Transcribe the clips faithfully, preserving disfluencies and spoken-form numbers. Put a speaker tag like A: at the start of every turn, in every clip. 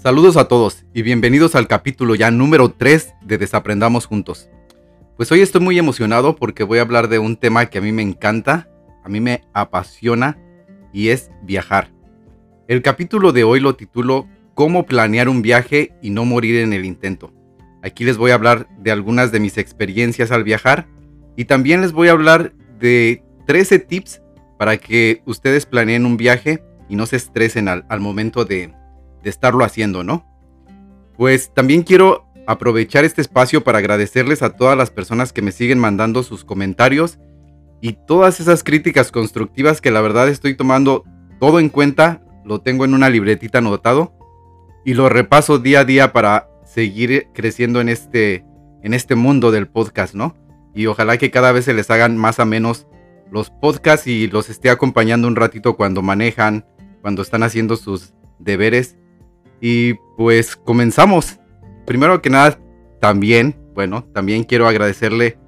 A: Saludos a todos y bienvenidos al capítulo ya número tres de Desaprendamos Juntos. Pues hoy estoy muy emocionado porque voy a hablar de un tema que a mí me encanta, a mí me apasiona y es viajar. El capítulo de hoy lo titulo Cómo planear un viaje y no morir en el intento. Aquí les voy a hablar de algunas de mis experiencias al viajar y también les voy a hablar de trece tips para que ustedes planeen un viaje y no se estresen al, al momento de, de estarlo haciendo, ¿no? Pues también quiero aprovechar este espacio para agradecerles a todas las personas que me siguen mandando sus comentarios y todas esas críticas constructivas que la verdad estoy tomando todo en cuenta, lo tengo en una libretita anotado y lo repaso día a día para seguir creciendo en este, en este mundo del podcast, ¿no? Y ojalá que cada vez se les hagan más a menos los podcasts y los esté acompañando un ratito cuando manejan, cuando están haciendo sus deberes. Y pues comenzamos. Primero que nada, también, bueno, también quiero agradecerle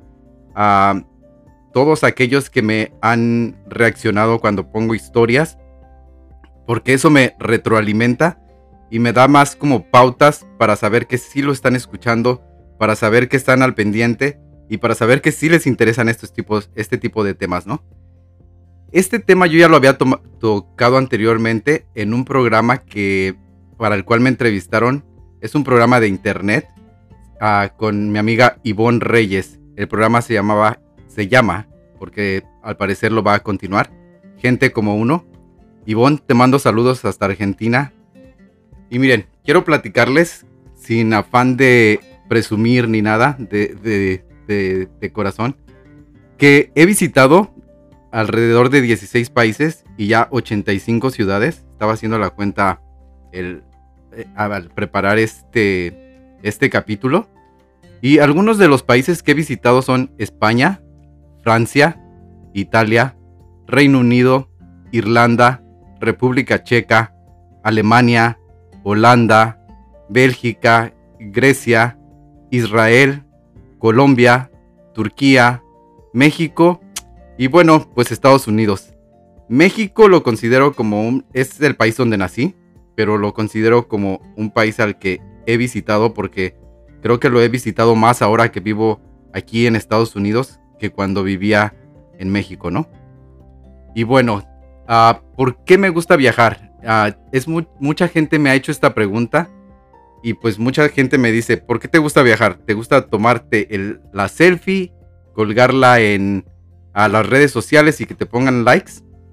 A: a todos aquellos que me han reaccionado cuando pongo historias, porque eso me retroalimenta y me da más como pautas para saber que sí lo están escuchando, para saber que están al pendiente y para saber que sí les interesan estos tipos, este tipo de temas, ¿no? Este tema yo ya lo había to- tocado anteriormente en un programa que, para el cual me entrevistaron. Es un programa de internet uh, con mi amiga Ivonne Reyes. El programa se llamaba, se llama, porque al parecer lo va a continuar, Gente como Uno. Ivonne, te mando saludos hasta Argentina. Y miren, quiero platicarles sin afán de presumir ni nada de, de, de, de corazón, que he visitado alrededor de dieciséis países y ya ochenta y cinco ciudades. Estaba haciendo la cuenta el, eh, al preparar este, este capítulo. Y algunos de los países que he visitado son España, Francia, Italia, Reino Unido, Irlanda, República Checa, Alemania, Holanda, Bélgica, Grecia, Israel, Colombia, Turquía, México y bueno, pues Estados Unidos. México lo considero como un, es el país donde nací, pero lo considero como un país al que he visitado porque creo que lo he visitado más ahora que vivo aquí en Estados Unidos que cuando vivía en México, ¿no? Y bueno, uh, ¿por qué me gusta viajar? Uh, es mu- mucha gente me ha hecho esta pregunta y pues mucha gente me dice, ¿por qué te gusta viajar? ¿Te gusta tomarte el, la selfie, colgarla en a las redes sociales y que te pongan likes?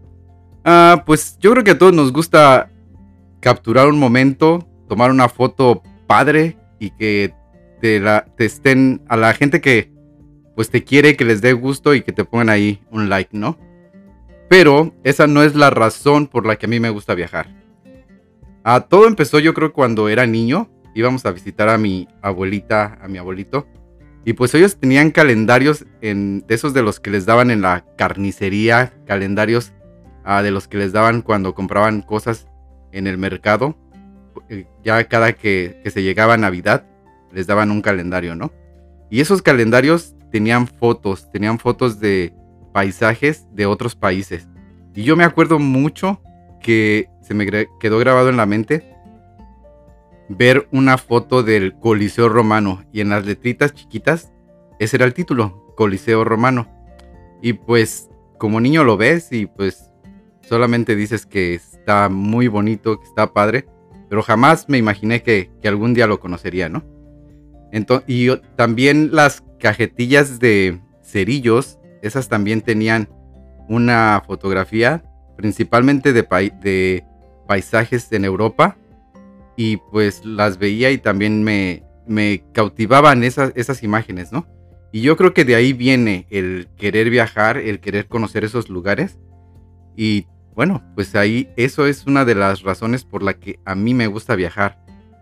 A: Uh, pues yo creo que a todos nos gusta capturar un momento, tomar una foto padre y que te, la, te estén a la gente que pues te quiere, que les dé gusto y que te pongan ahí un like, ¿no? Pero esa no es la razón por la que a mí me gusta viajar. Uh, todo empezó yo creo cuando era niño. Íbamos a visitar a mi abuelita, a mi abuelito. Y pues ellos tenían calendarios en, de esos de los que les daban en la carnicería, calendarios uh, de los que les daban cuando compraban cosas en el mercado. Ya cada que, que se llegaba a Navidad, les daban un calendario, ¿no? Y esos calendarios tenían fotos, tenían fotos de paisajes de otros países. Y yo me acuerdo mucho que se me quedó grabado en la mente ver una foto del Coliseo Romano y en las letritas chiquitas ese era el título, Coliseo Romano. Y pues como niño lo ves y pues solamente dices que está muy bonito, que está padre, pero jamás me imaginé que, que algún día lo conocería, ¿no? Entonces, y yo, también las cajetillas de cerillos, esas también tenían una fotografía principalmente de, pa- de paisajes en Europa. Y pues las veía y también me, me cautivaban esas, esas imágenes, ¿no? Y yo creo que de ahí viene el querer viajar, el querer conocer esos lugares. Y bueno, pues ahí eso es una de las razones por la que a mí me gusta viajar.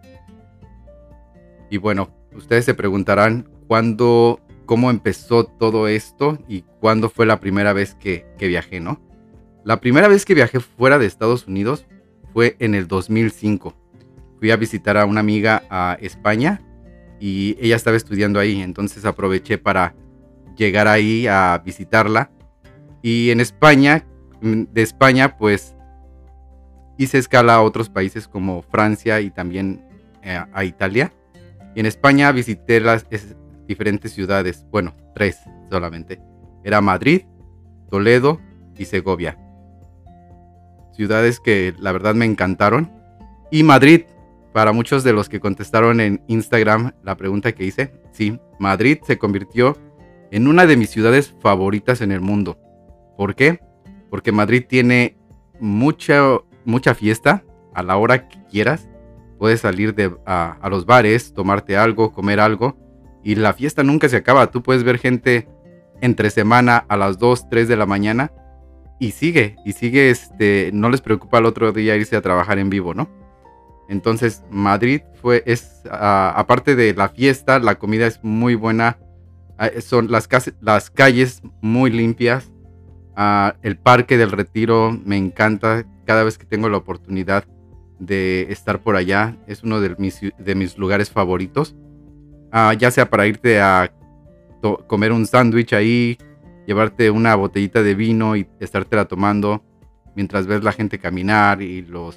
A: Y bueno, ustedes se preguntarán cuándo, cómo empezó todo esto y cuándo fue la primera vez que, que viajé, ¿no? La primera vez que viajé fuera de Estados Unidos fue en el dos mil cinco. Fui a visitar a una amiga a España y ella estaba estudiando ahí, entonces aproveché para llegar ahí a visitarla. Y en España, de España, pues hice escala a otros países como Francia y también a, a Italia. Y en España visité las es, diferentes ciudades, bueno, tres solamente. Era Madrid, Toledo y Segovia. Ciudades que la verdad me encantaron. Y Madrid, para muchos de los que contestaron en Instagram la pregunta que hice, sí, Madrid se convirtió en una de mis ciudades favoritas en el mundo. ¿Por qué? Porque Madrid tiene mucha, mucha fiesta a la hora que quieras. Puedes salir de, a, a los bares, tomarte algo, comer algo. Y la fiesta nunca se acaba. Tú puedes ver gente entre semana a las dos, tres de la mañana. Y sigue, y sigue, este, no les preocupa el otro día irse a trabajar en vivo, ¿no? Entonces Madrid fue, es, uh, aparte de la fiesta, la comida es muy buena. Uh, son las, las calles muy limpias. Uh, el Parque del Retiro me encanta cada vez que tengo la oportunidad de estar por allá. Es uno de mis, de mis lugares favoritos. Uh, ya sea para irte a to- comer un sándwich ahí, llevarte una botellita de vino y estártela tomando mientras ves la gente caminar y los...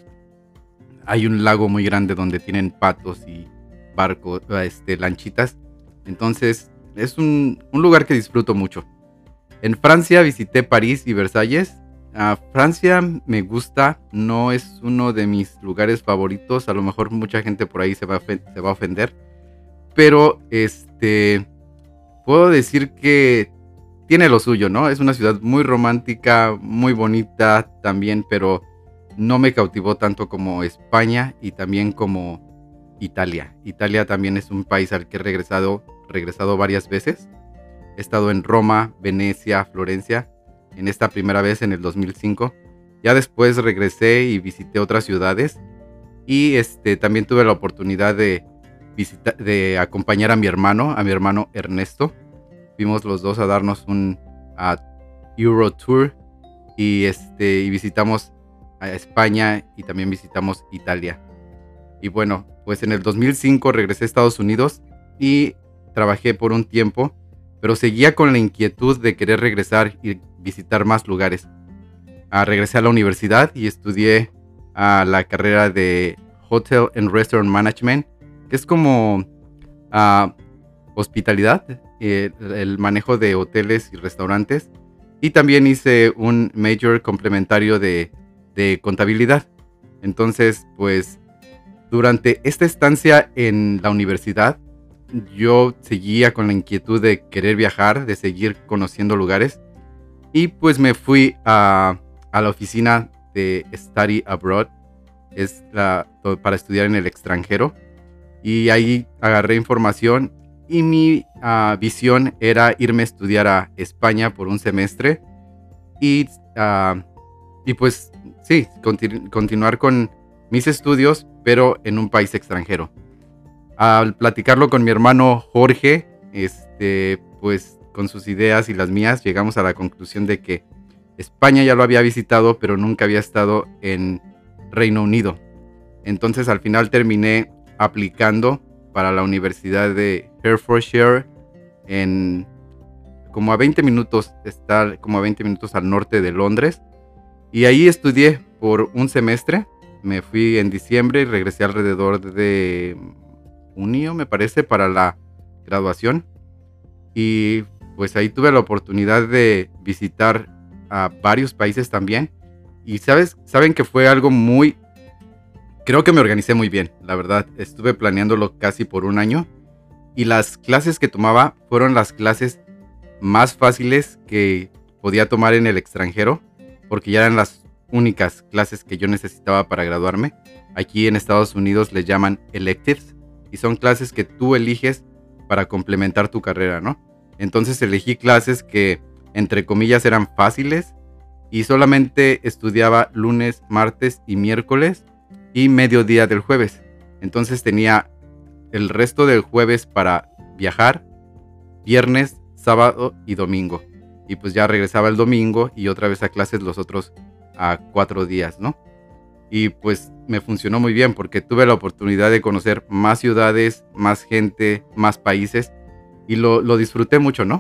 A: Hay un lago muy grande donde tienen patos y barcos, este, lanchitas. Entonces es un, un lugar que disfruto mucho. En Francia visité París y Versalles. Uh, Francia me gusta, no es uno de mis lugares favoritos. A lo mejor mucha gente por ahí se va a, se va a ofender. Pero este, puedo decir que tiene lo suyo, ¿no? Es una ciudad muy romántica, muy bonita también, pero no me cautivó tanto como España y también como Italia. Italia también es un país al que he regresado, regresado varias veces. He estado en Roma, Venecia, Florencia, en esta primera vez en el dos mil cinco. Ya después regresé y visité otras ciudades. Y este, también tuve la oportunidad de, visita- de acompañar a mi hermano, a mi hermano Ernesto. Fuimos los dos a darnos un uh, Euro Tour y, este, y visitamos a España y también visitamos Italia. Y bueno, pues en el dos mil cinco regresé a Estados Unidos y trabajé por un tiempo, pero seguía con la inquietud de querer regresar y visitar más lugares. Uh, regresé a la universidad y estudié uh, la carrera de Hotel and Restaurant Management, que es como uh, hospitalidad, eh, el manejo de hoteles y restaurantes. Y también hice un major complementario de, de contabilidad. Entonces, pues, durante esta estancia en la universidad, yo seguía con la inquietud de querer viajar, de seguir conociendo lugares. Y pues me fui a, a la oficina de Study Abroad, es la, para estudiar en el extranjero. Y ahí agarré información y mi uh, visión era irme a estudiar a España por un semestre. Y, uh, y pues sí, continu- continuar con mis estudios, pero en un país extranjero. Al platicarlo con mi hermano Jorge, este, pues con sus ideas y las mías, llegamos a la conclusión de que España ya lo había visitado, pero nunca había estado en Reino Unido. Entonces al final terminé aplicando para la Universidad de Hertfordshire, en como a veinte minutos, está como a veinte minutos al norte de Londres. Y ahí estudié por un semestre. Me fui en diciembre y regresé alrededor de junio, me parece, para la graduación. Y pues ahí tuve la oportunidad de visitar a varios países también. Y sabes, saben que fue algo muy... Creo que me organicé muy bien, la verdad. Estuve planeándolo casi por un año. Y las clases que tomaba fueron las clases más fáciles que podía tomar en el extranjero, porque ya eran las únicas clases que yo necesitaba para graduarme. Aquí en Estados Unidos les llaman electives y son clases que tú eliges para complementar tu carrera, ¿no? Entonces elegí clases que, entre comillas, eran fáciles y solamente estudiaba lunes, martes y miércoles y mediodía del jueves. Entonces tenía el resto del jueves para viajar, viernes, sábado y domingo. Y pues ya regresaba el domingo y otra vez a clases los otros a cuatro días, ¿no? Y pues me funcionó muy bien porque tuve la oportunidad de conocer más ciudades, más gente, más países y lo, lo disfruté mucho, ¿no?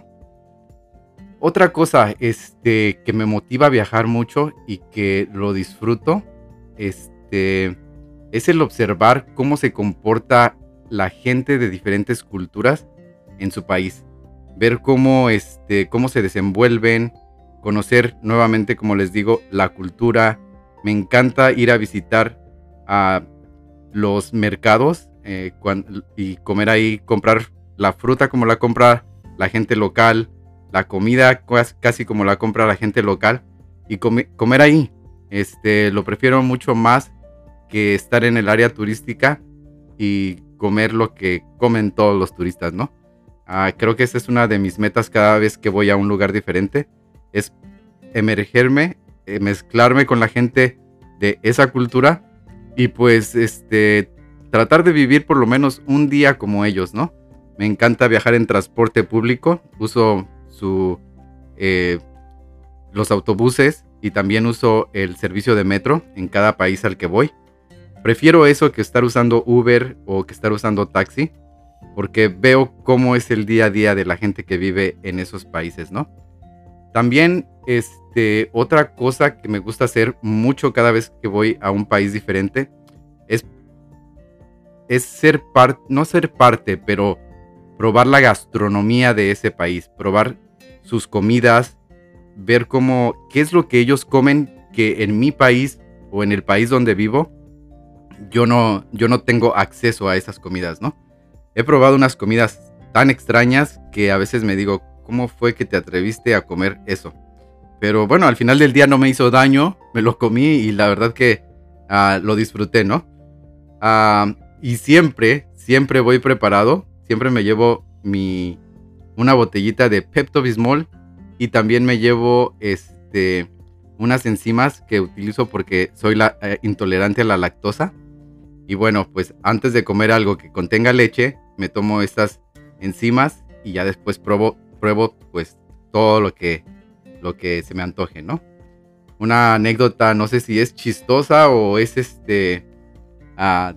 A: Otra cosa este, que me motiva a viajar mucho y que lo disfruto, este, es el observar cómo se comporta la gente de diferentes culturas en su país. Ver cómo, este, cómo se desenvuelven, conocer nuevamente, como les digo, la cultura. Me encanta ir a visitar a los mercados eh, cuan- y comer ahí, comprar la fruta como la compra la gente local, la comida cuas- casi como la compra la gente local y come- comer ahí. Este, lo prefiero mucho más que estar en el área turística y comer lo que comen todos los turistas, ¿no? Ah, creo que esa es una de mis metas cada vez que voy a un lugar diferente, es emergerme, eh, mezclarme con la gente de esa cultura y pues este tratar de vivir por lo menos un día como ellos, ¿no? Me encanta viajar en transporte público, uso su eh, los autobuses y también uso el servicio de metro en cada país al que voy. Prefiero eso que estar usando Uber o que estar usando taxi, porque veo cómo es el día a día de la gente que vive en esos países, ¿no? También, este, otra cosa que me gusta hacer mucho cada vez que voy a un país diferente es, es ser parte, no ser parte, pero probar la gastronomía de ese país, probar sus comidas, ver cómo, qué es lo que ellos comen que en mi país o en el país donde vivo, yo no, yo no tengo acceso a esas comidas, ¿no? He probado unas comidas tan extrañas que a veces me digo, ¿cómo fue que te atreviste a comer eso? Pero bueno, al final del día no me hizo daño, me lo comí y la verdad que ah, lo disfruté, ¿no? Ah, y siempre, siempre voy preparado, siempre me llevo mi, una botellita de Pepto Bismol y también me llevo este, unas enzimas que utilizo porque soy la, eh, intolerante a la lactosa. Y bueno, pues antes de comer algo que contenga leche, me tomo estas enzimas y ya después pruebo, pruebo pues todo lo que, lo que se me antoje, ¿no? Una anécdota, no sé si es chistosa o es este, ah,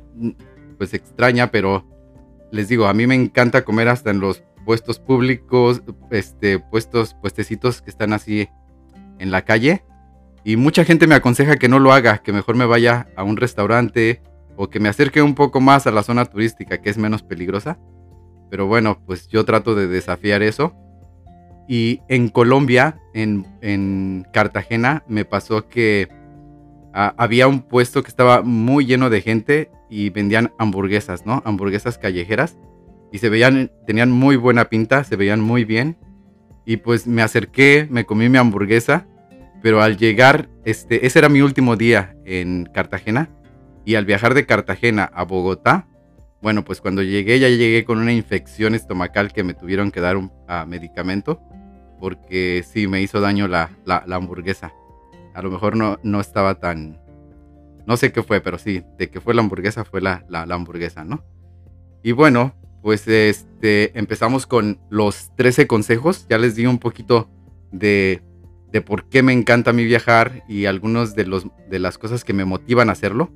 A: pues extraña, pero les digo, a mí me encanta comer hasta en los puestos públicos, este, puestos, puestecitos que están así en la calle. Y mucha gente me aconseja que no lo haga, que mejor me vaya a un restaurante o que me acerque un poco más a la zona turística, que es menos peligrosa. Pero bueno, pues yo trato de desafiar eso. Y en Colombia, en, en Cartagena, me pasó que ah, había un puesto que estaba muy lleno de gente y vendían hamburguesas, ¿no? Hamburguesas callejeras. Y se veían, tenían muy buena pinta, se veían muy bien. Y pues me acerqué, me comí mi hamburguesa. Pero al llegar, este, ese era mi último día en Cartagena. Y al viajar de Cartagena a Bogotá, bueno, pues cuando llegué, ya llegué con una infección estomacal que me tuvieron que dar un ah, medicamento. Porque sí, me hizo daño la, la, la hamburguesa. A lo mejor no, no estaba tan... No sé qué fue, pero sí, de que fue la hamburguesa, fue la, la, la hamburguesa, ¿no? Y bueno, pues este, empezamos con los trece consejos. Ya les di un poquito de, de por qué me encanta a mí viajar y algunos de, los, de las cosas que me motivan a hacerlo.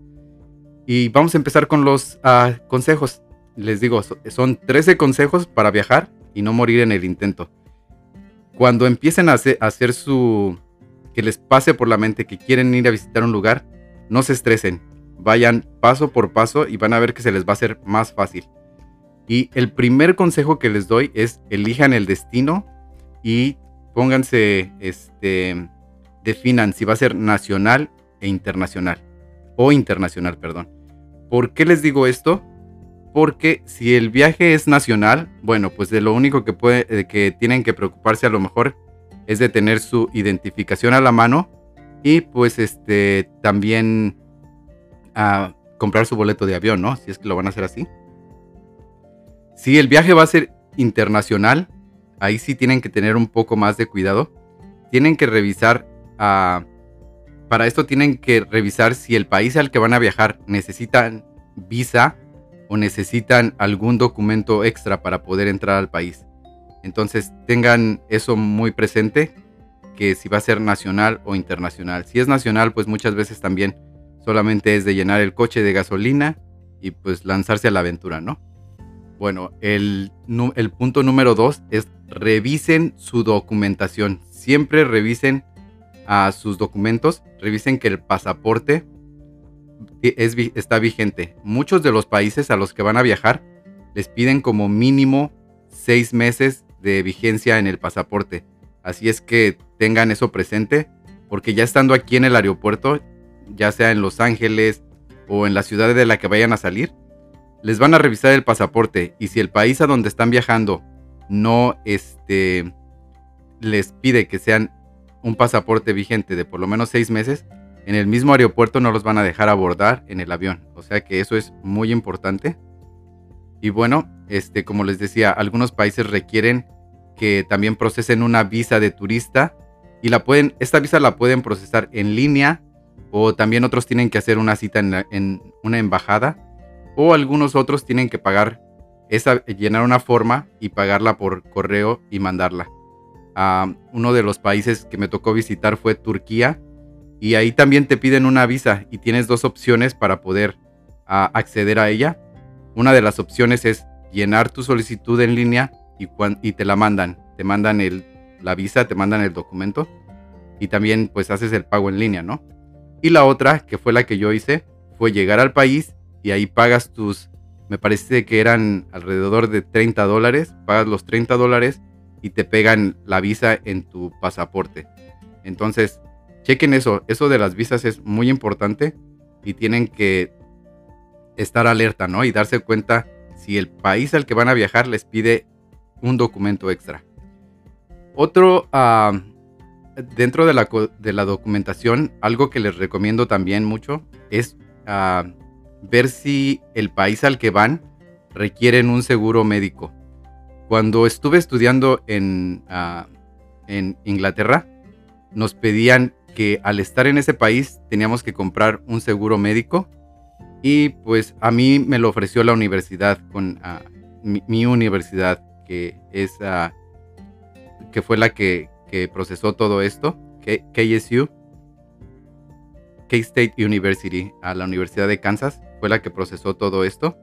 A: Y vamos a empezar con los uh, consejos. Les digo, so, son trece consejos para viajar y no morir en el intento. Cuando empiecen a hacer, a hacer su... que les pase por la mente que quieren ir a visitar un lugar, no se estresen. Vayan paso por paso y van a ver que se les va a hacer más fácil. Y el primer consejo que les doy es elijan el destino y pónganse, este, definan si va a ser nacional e internacional. O internacional, perdón. ¿Por qué les digo esto? Porque si el viaje es nacional, bueno, pues de lo único que, puede, eh, que tienen que preocuparse a lo mejor es de tener su identificación a la mano y pues este también a comprar su boleto de avión, ¿no? Si es que lo van a hacer así. Si el viaje va a ser internacional, ahí sí tienen que tener un poco más de cuidado. Tienen que revisar, uh, para esto tienen que revisar si el país al que van a viajar necesitan visa o necesitan algún documento extra para poder entrar al país. Entonces tengan eso muy presente, que si va a ser nacional o internacional. Si es nacional, pues muchas veces también solamente es de llenar el coche de gasolina y pues lanzarse a la aventura, ¿no? Bueno, el, el punto número dos es revisen su documentación. Siempre revisen a sus documentos, revisen que el pasaporte ti- es, vi- está vigente. Muchos de los países a los que van a viajar les piden como mínimo seis meses de vigencia en el pasaporte. Así es que tengan eso presente, porque ya estando aquí en el aeropuerto, ya sea en Los Ángeles o en la ciudad de la que vayan a salir, les van a revisar el pasaporte y si el país a donde están viajando no este, les pide que sean un pasaporte vigente de por lo menos seis meses, en el mismo aeropuerto no los van a dejar abordar en el avión. O sea que eso es muy importante. Y bueno, este, como les decía, algunos países requieren que también procesen una visa de turista y la pueden, esta visa la pueden procesar en línea o también otros tienen que hacer una cita en, la- en una embajada o algunos otros tienen que pagar esa, llenar una forma y pagarla por correo y mandarla. Ah, uno de los países que me tocó visitar fue Turquía y ahí también te piden una visa y tienes dos opciones para poder ah, acceder a ella. Una de las opciones es llenar tu solicitud en línea y, cuan- y te la mandan. Te mandan el, la visa, te mandan el documento y también pues haces el pago en línea, ¿no? Y la otra, que fue la que yo hice, fue llegar al país y ahí pagas tus, me parece que eran alrededor de treinta dólares, pagas los treinta dólares y te pegan la visa en tu pasaporte. Entonces, chequen eso, eso de las visas es muy importante y tienen que estar alerta, ¿no? Y darse cuenta si el país al que van a viajar les pide un documento extra. Otro, ah, dentro de la, co- de la documentación, algo que les recomiendo también mucho es ah, ver si el país al que van requieren un seguro médico. Cuando estuve estudiando en, ah, en Inglaterra, nos pedían que al estar en ese país teníamos que comprar un seguro médico y pues a mí me lo ofreció la universidad con ah, mi, mi universidad que es ah, que fue la que, que procesó todo esto, K- KSU, K-State University, a la Universidad de Kansas, fue la que procesó todo esto.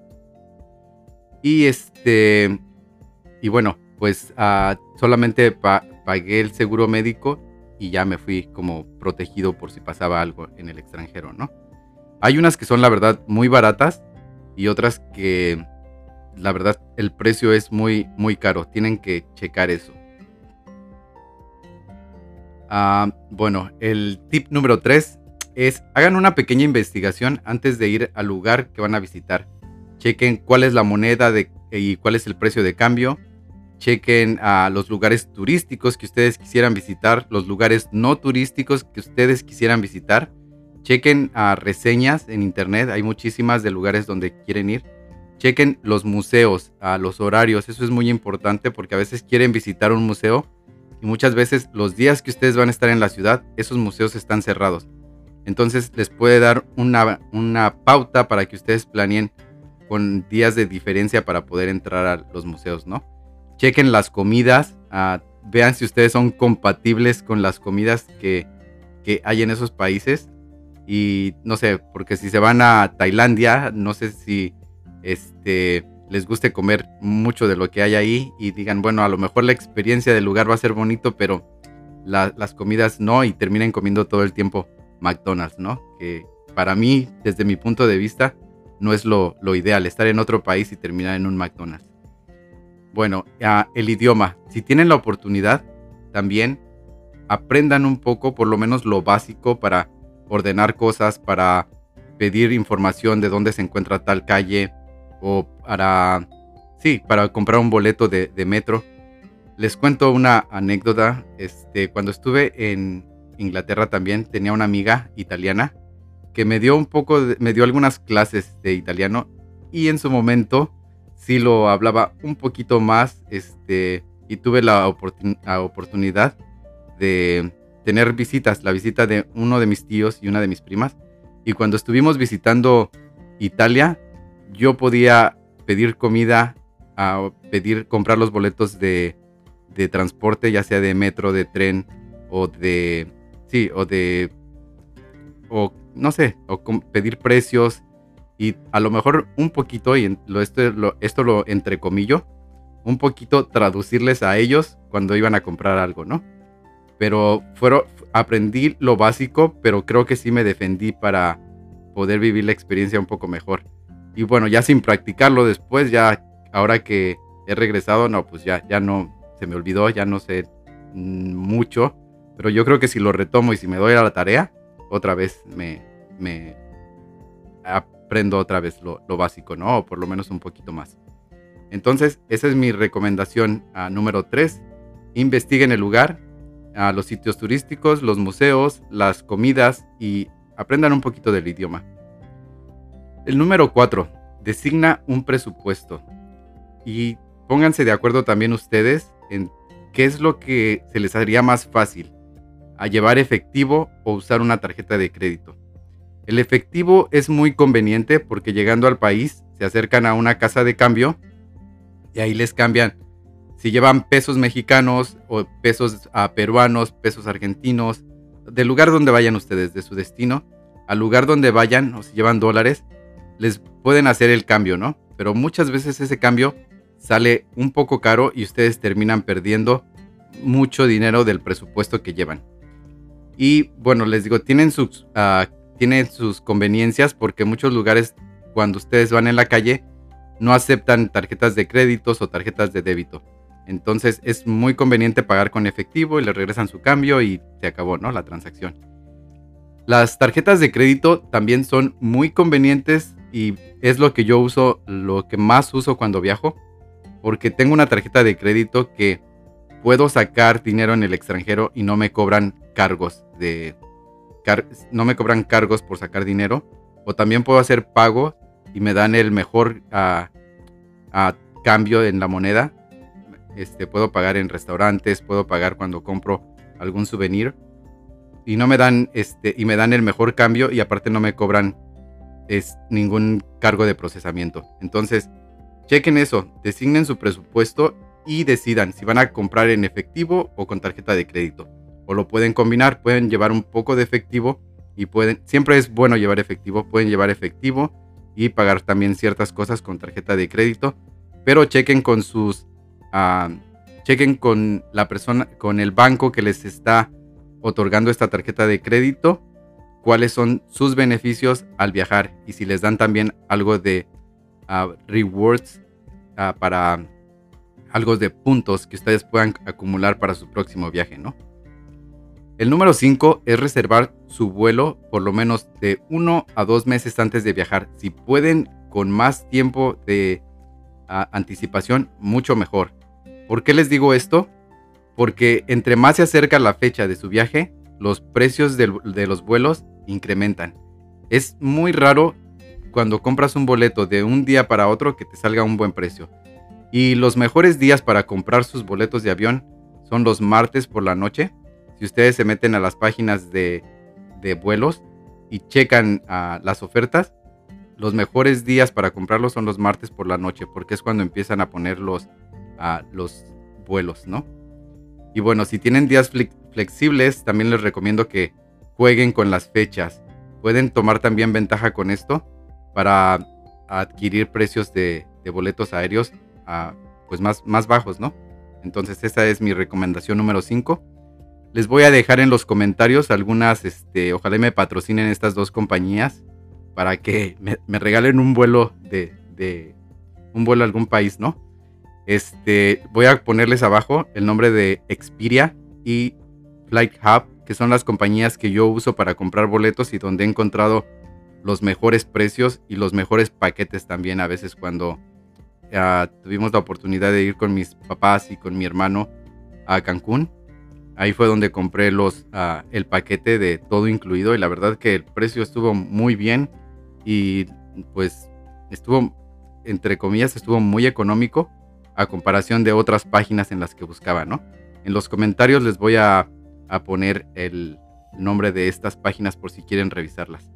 A: Y este, y bueno, pues ah, solamente pa- pagué el seguro médico y ya me fui como protegido por si pasaba algo en el extranjero, ¿no? Hay unas que son la verdad muy baratas y otras que la verdad el precio es muy, muy caro. Tienen que checar eso. Ah, bueno, el tip número tres es hagan una pequeña investigación antes de ir al lugar que van a visitar. Chequen cuál es la moneda de, y cuál es el precio de cambio. Chequen a los lugares turísticos que ustedes quisieran visitar, los lugares no turísticos que ustedes quisieran visitar. Chequen a reseñas en internet, hay muchísimas de lugares donde quieren ir. Chequen los museos, a los horarios, eso es muy importante porque a veces quieren visitar un museo y muchas veces los días que ustedes van a estar en la ciudad, esos museos están cerrados. Entonces les puede dar una, una pauta para que ustedes planeen con días de diferencia para poder entrar a los museos, ¿no? Chequen las comidas, uh, vean si ustedes son compatibles con las comidas que, que hay en esos países. Y no sé, porque si se van a Tailandia, no sé si este, les guste comer mucho de lo que hay ahí y digan, bueno, a lo mejor la experiencia del lugar va a ser bonito, pero la, las comidas no y terminen comiendo todo el tiempo McDonald's, ¿no? Que para mí, desde mi punto de vista, no es lo, lo ideal, estar en otro país y terminar en un McDonald's. Bueno, uh, el idioma. Si tienen la oportunidad, también aprendan un poco, por lo menos lo básico para ordenar cosas, para pedir información de dónde se encuentra tal calle o para, sí, para comprar un boleto de, de metro. Les cuento una anécdota. Este, cuando estuve en Inglaterra también tenía una amiga italiana que me dio un poco, de, me dio algunas clases de italiano y en su momento sí lo hablaba un poquito más, este, y tuve la, oportun, la oportunidad de tener visitas, la visita de uno de mis tíos y una de mis primas. Y cuando estuvimos visitando Italia, yo podía pedir comida, a pedir, comprar los boletos de, de transporte, ya sea de metro, de tren o de, sí, o de, o no sé, o pedir precios y a lo mejor un poquito, y lo, esto, lo, esto lo entrecomillo, un poquito traducirles a ellos cuando iban a comprar algo, ¿no? Pero fueron, aprendí lo básico, pero creo que sí me defendí para, poder vivir la experiencia un poco mejor. Y bueno, ya sin practicarlo después, ya ahora que he regresado, no, pues ya, ya no, se me olvidó, ya no sé mm, mucho, pero yo creo que si lo retomo y si me doy a la tarea, otra vez me, me aprendo otra vez lo, lo básico, ¿no? O por lo menos un poquito más. Entonces, esa es mi recomendación uh, número tres. Investiguen el lugar, uh, los sitios turísticos, los museos, las comidas y aprendan un poquito del idioma. El número cuatro. Designa un presupuesto. Y pónganse de acuerdo también ustedes en qué es lo que se les haría más fácil, a llevar efectivo o usar una tarjeta de crédito. El efectivo es muy conveniente porque llegando al país se acercan a una casa de cambio y ahí les cambian si llevan pesos mexicanos o pesos uh, peruanos, pesos argentinos, del lugar donde vayan ustedes, de su destino, al lugar donde vayan, o si llevan dólares, les pueden hacer el cambio, ¿no? Pero muchas veces ese cambio sale un poco caro y ustedes terminan perdiendo mucho dinero del presupuesto que llevan. Y bueno, les digo, tienen sus, uh, tienen sus conveniencias porque muchos lugares, cuando ustedes van en la calle, no aceptan tarjetas de créditos o tarjetas de débito. Entonces es muy conveniente pagar con efectivo y le regresan su cambio y se acabó, ¿no? La transacción. Las tarjetas de crédito también son muy convenientes y es lo que yo uso, lo que más uso cuando viajo, porque tengo una tarjeta de crédito que puedo sacar dinero en el extranjero y no me cobran cargos de car, no me cobran cargos por sacar dinero, o también puedo hacer pago y me dan el mejor uh, uh, cambio en la moneda. Este, puedo pagar en restaurantes, puedo pagar cuando compro algún souvenir y no me dan este y me dan el mejor cambio y aparte no me cobran es, ningún cargo de procesamiento. Entonces, chequen eso, designen su presupuesto y decidan si van a comprar en efectivo o con tarjeta de crédito. O lo pueden combinar, pueden llevar un poco de efectivo y pueden, siempre es bueno llevar efectivo, pueden llevar efectivo y pagar también ciertas cosas con tarjeta de crédito, pero chequen con sus Uh, chequen con la persona, con el banco que les está otorgando esta tarjeta de crédito, cuáles son sus beneficios al viajar y si les dan también algo de uh, rewards uh, para algo de puntos que ustedes puedan acumular para su próximo viaje, ¿no? El número cinco es reservar su vuelo por lo menos de uno a dos meses antes de viajar. Si pueden con más tiempo de uh, anticipación, mucho mejor. ¿Por qué les digo esto? Porque entre más se acerca la fecha de su viaje, los precios de, de los vuelos incrementan. Es muy raro cuando compras un boleto de un día para otro que te salga un buen precio. Y los mejores días para comprar sus boletos de avión son los martes por la noche. Si ustedes se meten a las páginas de, de vuelos y checan uh, las ofertas, los mejores días para comprarlos son los martes por la noche, porque es cuando empiezan a poner los a los vuelos, ¿no? Y bueno, si tienen días flexibles, también les recomiendo que jueguen con las fechas. Pueden tomar también ventaja con esto para adquirir precios de, de boletos aéreos uh, pues más, más bajos, ¿no? Entonces esa es mi recomendación número cinco. Les voy a dejar en los comentarios algunas, este, ojalá me patrocinen estas dos compañías para que me, me regalen un vuelo de, de un vuelo a algún país, ¿no? Este, voy a ponerles abajo el nombre de Expedia y Flight Hub, que son las compañías que yo uso para comprar boletos y donde he encontrado los mejores precios y los mejores paquetes también. A veces cuando uh, tuvimos la oportunidad de ir con mis papás y con mi hermano a Cancún, ahí fue donde compré los, uh, el paquete de todo incluido y la verdad que el precio estuvo muy bien y pues estuvo, entre comillas, estuvo muy económico a comparación de otras páginas en las que buscaba, ¿no? En los comentarios les voy a, a poner el nombre de estas páginas por si quieren revisarlas.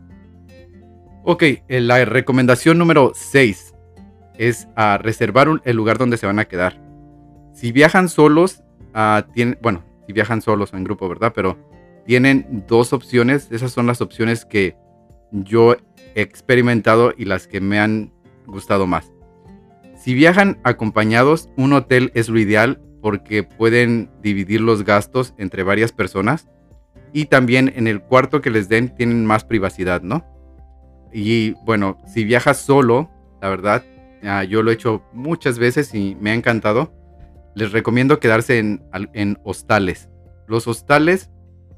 A: Ok, la recomendación número seis es uh, reservar un, el lugar donde se van a quedar. Si viajan solos, uh, tienen, bueno, si viajan solos o en grupo, ¿verdad? Pero tienen dos opciones. Esas son las opciones que yo he experimentado y las que me han gustado más. Si viajan acompañados, un hotel es lo ideal porque pueden dividir los gastos entre varias personas y también en el cuarto que les den tienen más privacidad, ¿no? Y bueno, si viajas solo, la verdad, ah, yo lo he hecho muchas veces y me ha encantado. Les recomiendo quedarse en, al- en hostales. Los hostales,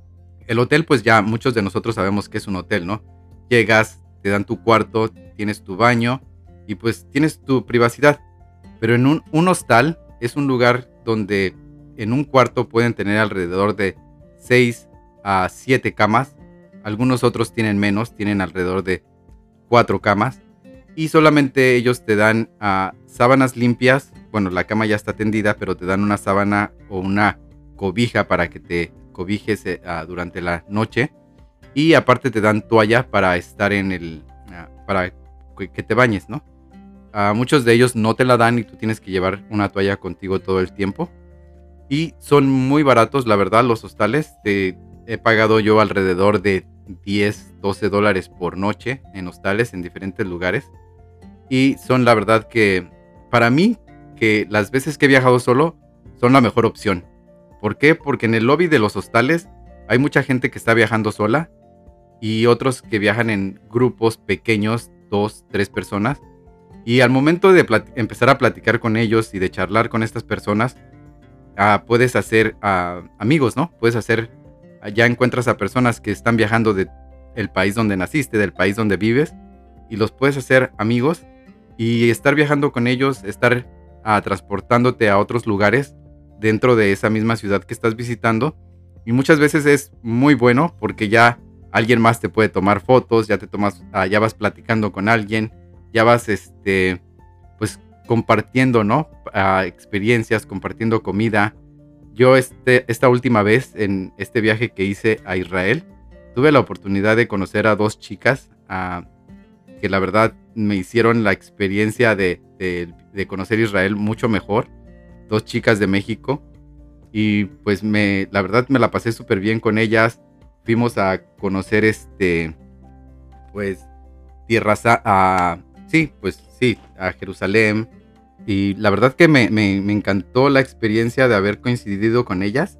A: el hotel, pues ya muchos de nosotros sabemos que es un hotel, ¿no? Llegas, te dan tu cuarto, tienes tu baño y pues tienes tu privacidad. Pero en un, un hostal es un lugar donde en un cuarto pueden tener alrededor de seis a siete camas. Algunos otros tienen menos, tienen alrededor de cuatro camas. Y solamente ellos te dan ah, sábanas limpias. Bueno, la cama ya está tendida, pero te dan una sábana o una cobija para que te cobijes eh, ah, durante la noche. Y aparte te dan toalla para estar en el... ah, para que que te bañes, ¿no? A muchos de ellos no te la dan y tú tienes que llevar una toalla contigo todo el tiempo. Y son muy baratos, la verdad, los hostales. Te- he pagado yo alrededor de diez, doce dólares por noche en hostales en diferentes lugares. Y son la verdad que, para mí, que las veces que he viajado solo, son la mejor opción. ¿Por qué? Porque en el lobby de los hostales hay mucha gente que está viajando sola y otros que viajan en grupos pequeños, dos, tres personas. Y al momento de plat- empezar a platicar con ellos y de charlar con estas personas, ah, puedes hacer ah, amigos, ¿no? Puedes hacer, ah, ya encuentras a personas que están viajando de el país donde naciste, del país donde vives, y los puedes hacer amigos y estar viajando con ellos, estar ah, transportándote a otros lugares dentro de esa misma ciudad que estás visitando. Y muchas veces es muy bueno porque ya alguien más te puede tomar fotos, ya te tomas, ah, ya vas platicando con alguien, ya vas, este, pues compartiendo, ¿no? Ah, experiencias, compartiendo comida. Yo este, esta última vez en este viaje que hice a Israel, tuve la oportunidad de conocer a dos chicas ah, que la verdad me hicieron la experiencia de, de- de conocer Israel mucho mejor. Dos chicas de México y pues me, la verdad me la pasé súper bien con ellas. Fuimos a conocer este, pues Tierra Sa- a, sí, pues sí, a Jerusalén. Y la verdad que me, me, me encantó la experiencia de haber coincidido con ellas.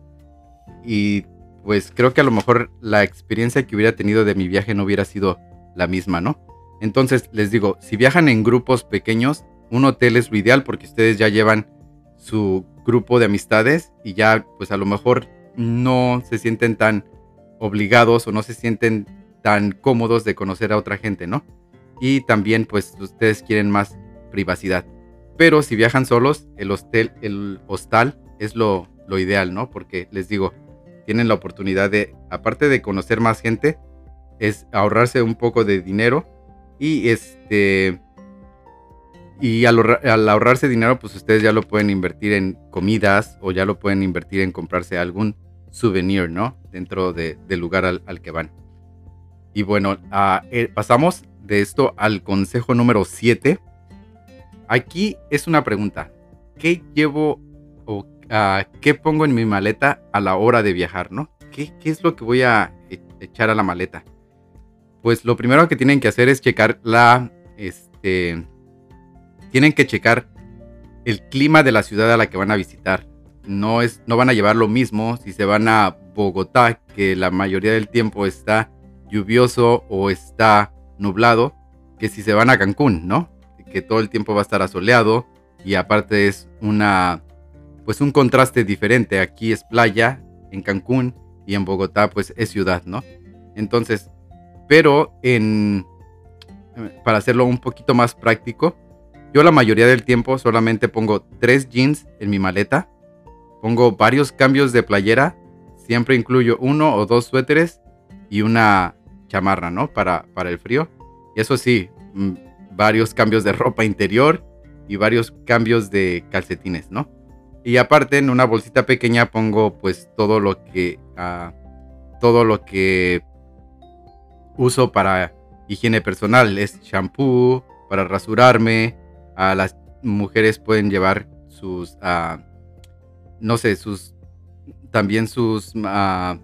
A: Y pues creo que a lo mejor la experiencia que hubiera tenido de mi viaje no hubiera sido la misma, ¿no? Entonces les digo, si viajan en grupos pequeños, un hotel es lo ideal porque ustedes ya llevan su grupo de amistades y ya pues a lo mejor no se sienten tan obligados o no se sienten tan cómodos de conocer a otra gente, ¿no? Y también pues ustedes quieren más privacidad. Pero si viajan solos, el hostel, el hostal es lo, lo ideal, ¿no? Porque les digo, tienen la oportunidad de, aparte de conocer más gente, es ahorrarse un poco de dinero y este y al, ahorra- al ahorrarse dinero, pues ustedes ya lo pueden invertir en comidas o ya lo pueden invertir en comprarse algún souvenir, ¿no? Dentro de- del lugar al, al que van. Y bueno, ah, eh, pasamos de esto al consejo número siete. Aquí es una pregunta. ¿Qué llevo o ah, qué pongo en mi maleta a la hora de viajar, ¿no? ¿Qué, qué es lo que voy a e- echar a la maleta? Pues lo primero que tienen que hacer es checar la, este, tienen que checar el clima de la ciudad a la que van a visitar. No es, no van a llevar lo mismo si se van a Bogotá, que la mayoría del tiempo está lluvioso o está nublado, que si se van a Cancún, ¿no? Que todo el tiempo va a estar asoleado y aparte es una, pues un contraste diferente. Aquí es playa en Cancún y en Bogotá pues es ciudad, ¿no? Entonces, pero en, para hacerlo un poquito más práctico, yo la mayoría del tiempo solamente pongo tres jeans en mi maleta, pongo varios cambios de playera, siempre incluyo uno o dos suéteres y una chamarra, ¿no? Para, para el frío. Y eso sí, mm, varios cambios de ropa interior y varios cambios de calcetines, ¿no? Y aparte en una bolsita pequeña pongo pues todo lo que, ah, todo lo que uso para higiene personal. Es shampoo, para rasurarme. A las mujeres pueden llevar sus, ah, no sé, sus, también sus ah,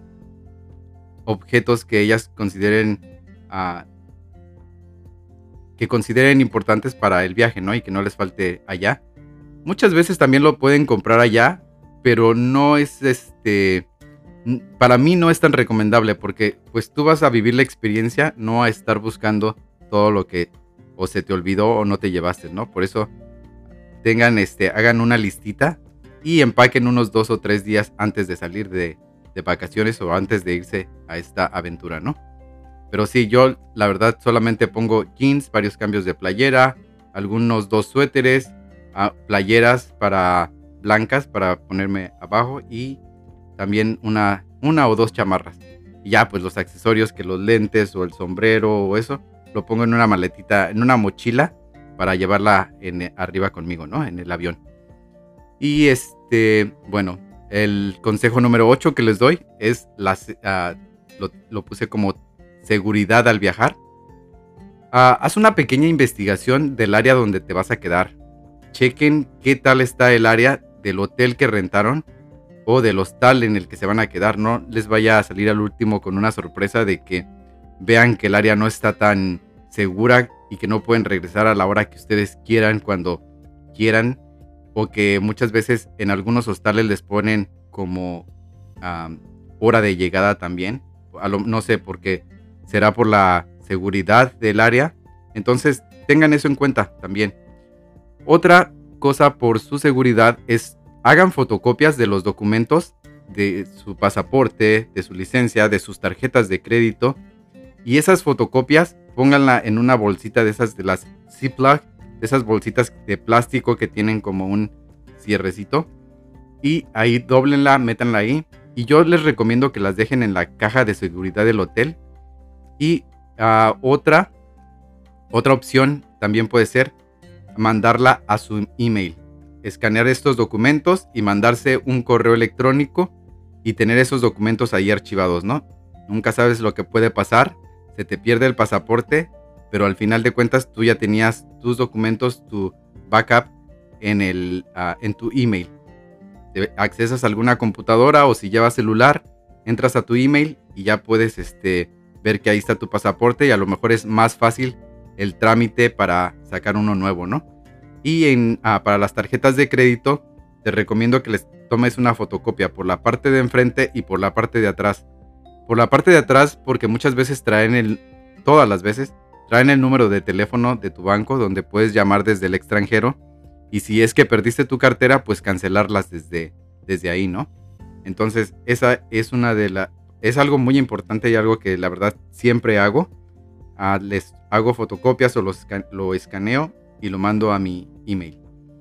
A: objetos que ellas consideren, ah, que consideren importantes para el viaje, ¿no? Y que no les falte allá. Muchas veces también lo pueden comprar allá, pero no es este, n- para mí no es tan recomendable porque pues tú vas a vivir la experiencia, no a estar buscando todo lo que o se te olvidó o no te llevaste, ¿no? Por eso tengan, este, hagan una listita y empaquen unos dos o tres días antes de salir de, de vacaciones o antes de irse a esta aventura, ¿no? Pero sí, yo la verdad solamente pongo jeans, varios cambios de playera, algunos dos suéteres, uh, playeras para blancas para ponerme abajo y también una, una o dos chamarras. Y ya pues los accesorios, que los lentes o el sombrero o eso, lo pongo en una maletita, en una mochila para llevarla en, arriba conmigo, ¿no? En el avión. Y este, bueno, el consejo número ocho que les doy es, las, uh, lo, lo puse como seguridad al viajar. Uh, haz una pequeña investigación del área donde te vas a quedar. Chequen qué tal está el área del hotel que rentaron o del hostal en el que se van a quedar. No les vaya a salir al último con una sorpresa de que vean que el área no está tan segura y que no pueden regresar a la hora que ustedes quieran, cuando quieran, o que muchas veces en algunos hostales les ponen como um, hora de llegada también. A lo, no sé por qué, será por la seguridad del área. Entonces tengan eso en cuenta también. Otra cosa por su seguridad es hagan fotocopias de los documentos, de su pasaporte, de su licencia, de sus tarjetas de crédito, y esas fotocopias pónganla en una bolsita de esas de las Ziploc, de esas bolsitas de plástico que tienen como un cierrecito, y ahí dóblenla, métanla ahí, y yo les recomiendo que las dejen en la caja de seguridad del hotel. Y uh, otra otra opción también puede ser mandarla a su email, escanear estos documentos y mandarse un correo electrónico y tener esos documentos ahí archivados, ¿no? Nunca sabes lo que puede pasar, se te pierde el pasaporte, pero al final de cuentas tú ya tenías tus documentos, tu backup en, el, uh, en tu email. Te accesas a alguna computadora o si llevas celular, entras a tu email y ya puedes este, ver que ahí está tu pasaporte y a lo mejor es más fácil el trámite para sacar uno nuevo, ¿no? Y en, ah, para las tarjetas de crédito, te recomiendo que les tomes una fotocopia por la parte de enfrente y por la parte de atrás. Por la parte de atrás, porque muchas veces traen el, todas las veces, traen el número de teléfono de tu banco donde puedes llamar desde el extranjero. Y si es que perdiste tu cartera, pues cancelarlas desde, desde ahí, ¿no? Entonces, esa es una de las, es algo muy importante y algo que la verdad siempre hago. Uh, les hago fotocopias o lo, esca- lo escaneo y lo mando a mi email.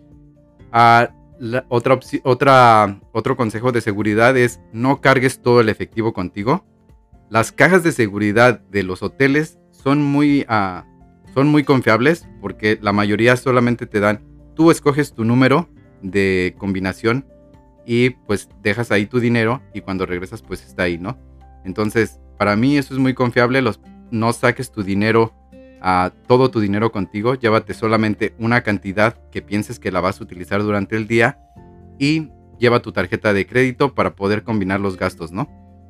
A: Uh, la, otra opci- otra, otro consejo de seguridad es no cargues todo el efectivo contigo. Las cajas de seguridad de los hoteles son muy, uh, son muy confiables porque la mayoría solamente te dan, tú escoges tu número de combinación y pues dejas ahí tu dinero y cuando regresas pues está ahí, ¿no? Entonces para mí eso es muy confiable. Los No saques tu dinero, uh, todo tu dinero contigo. Llévate solamente una cantidad que pienses que la vas a utilizar durante el día y lleva tu tarjeta de crédito para poder combinar los gastos, ¿no?